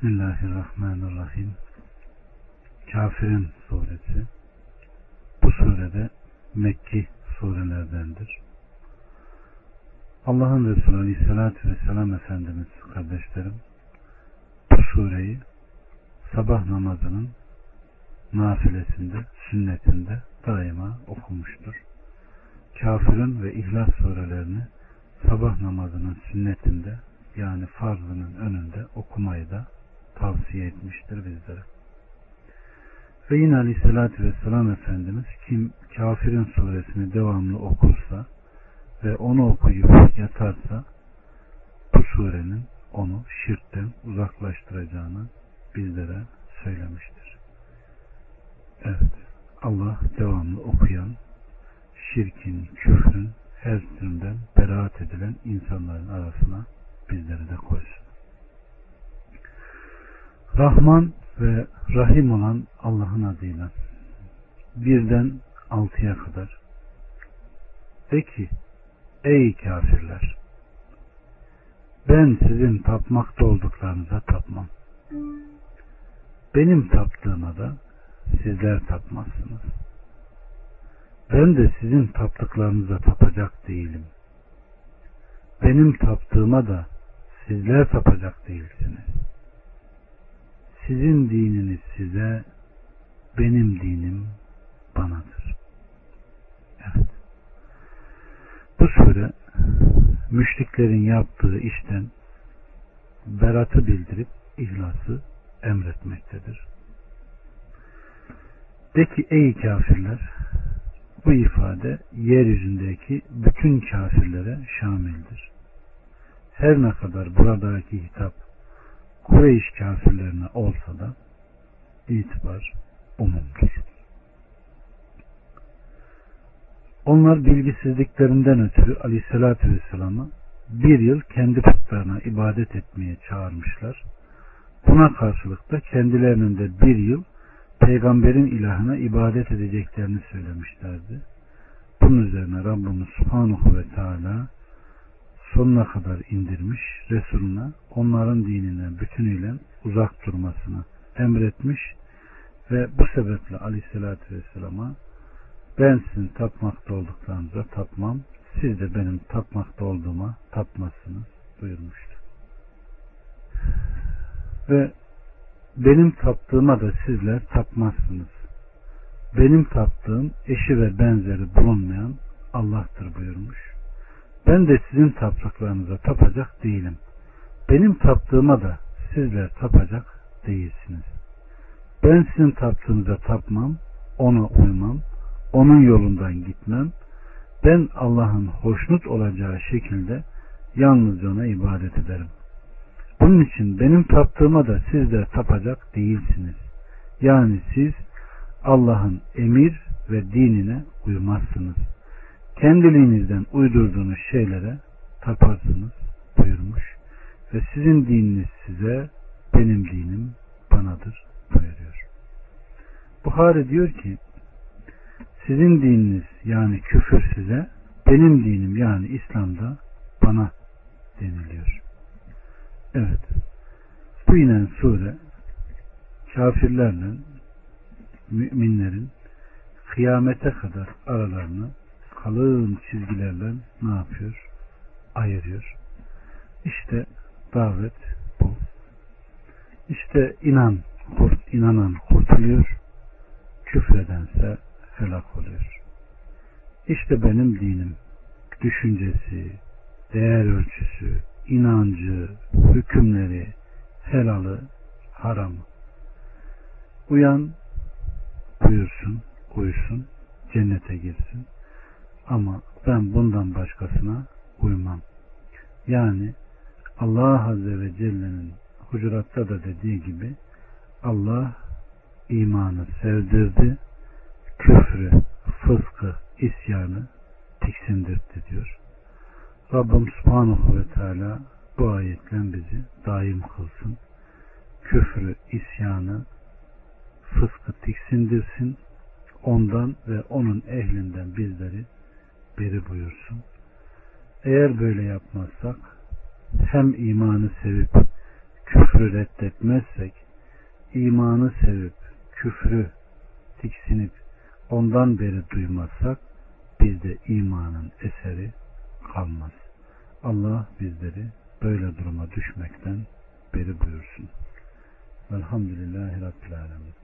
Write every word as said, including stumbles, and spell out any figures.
Bismillahirrahmanirrahim. Kafirin suresi. Bu surede Mekki surelerdendir. Allah'ın Resulü Aleyhisselatü Vesselam Efendimiz kardeşlerim, bu sureyi sabah namazının nafilesinde, sünnetinde daima okumuştur. Kafirin ve İhlas surelerini sabah namazının sünnetinde, yani farzının önünde okumayı da tavsiye etmiştir bizlere. Ve yine Aleyhisselatü Vesselam Efendimiz kim Kafirin suresini devamlı okursa ve onu okuyup yatarsa bu surenin onu şirkten uzaklaştıracağını bizlere söylemiştir. Evet, Allah devamlı okuyan, şirkin, küfrün her türünden beraat edilen insanların arasına bizleri de koysun. Rahman ve Rahim olan Allah'ın adıyla birden altıya kadar. De ki, ey kafirler, ben sizin tapmakta olduklarınıza tapmam. Benim taptığıma da sizler tapmazsınız. Ben de sizin taptıklarınıza tapacak değilim. Benim taptığıma da sizler tapacak değilsiniz. Sizin dininiz size, benim dinim banadır. Evet. Bu sure müşriklerin yaptığı işten beratı bildirip ihlası emretmektedir. De ki ey kafirler, bu ifade yeryüzündeki bütün kafirlere şamildir. Her ne kadar buradaki hitap Kureyş kafirlerine olsa da itibar umumdur. Onlar bilgisizliklerinden ötürü Aleyhisselatü Vesselam'ı bir yıl kendi putlarına ibadet etmeye çağırmışlar. Buna karşılık da kendilerinin de bir yıl peygamberin ilahına ibadet edeceklerini söylemişlerdi. Bunun üzerine Rabbimiz Subhanahu ve Teala sonuna kadar indirmiş, Resulüne onların dininden bütünüyle uzak durmasını emretmiş ve bu sebeple Aleyhisselatü Vesselam'a ben sizin tapmakta olduklarınıza tapmam, siz de benim tapmakta olduğuma tapmazsınız buyurmuştu. Ve benim taptığıma da sizler tapmazsınız. Benim taptığım eşi ve benzeri bulunmayan Allah'tır buyurmuş. Ben de sizin taptıklarınıza tapacak değilim. Benim taptığıma da sizler tapacak değilsiniz. Ben sizin taptığınıza tapmam, ona uymam, onun yolundan gitmem. Ben Allah'ın hoşnut olacağı şekilde yalnız ona ibadet ederim. Bunun için benim taptığıma da sizler tapacak değilsiniz. Yani siz Allah'ın emir ve dinine uymazsınız. Kendiliğinizden uydurduğunuz şeylere taparsınız buyurmuş. Ve sizin dininiz size, benim dinim banadır buyuruyor. Buhari diyor ki, sizin dininiz yani küfür size, benim dinim yani İslam'da bana deniliyor. Evet, bu inen sure kafirlerle müminlerin kıyamete kadar aralarını kalın çizgilerle ne yapıyor? Ayırıyor. İşte davet bu. İşte inan, kurt, inanan kurtuluyor, küfredense helak oluyor. İşte benim dinim, düşüncesi, değer ölçüsü, inancı, hükümleri, helalı, haramı. Uyan, buyursun, uysun, cennete girsin. Ama ben bundan başkasına uymam. Yani Allah Azze ve Celle'nin Hucurat'ta da dediği gibi Allah imanı sevdirdi, küfrü, fıskı, isyanı tiksindirdi diyor. Rabbim Subhanahu ve Teala bu ayetle bizi daim kılsın. Küfrü, isyanı, fıskı tiksindirsin. Ondan ve onun ehlinden bizleri beri buyursun. Eğer böyle yapmazsak hem imanı sevip küfrü küfrü reddetmezsek, imanı sevip küfrü tiksinip ondan beri duymazsak bizde imanın eseri kalmaz. Allah bizleri böyle duruma düşmekten beri buyursun. Velhamdülillahi Rabbil Alemin.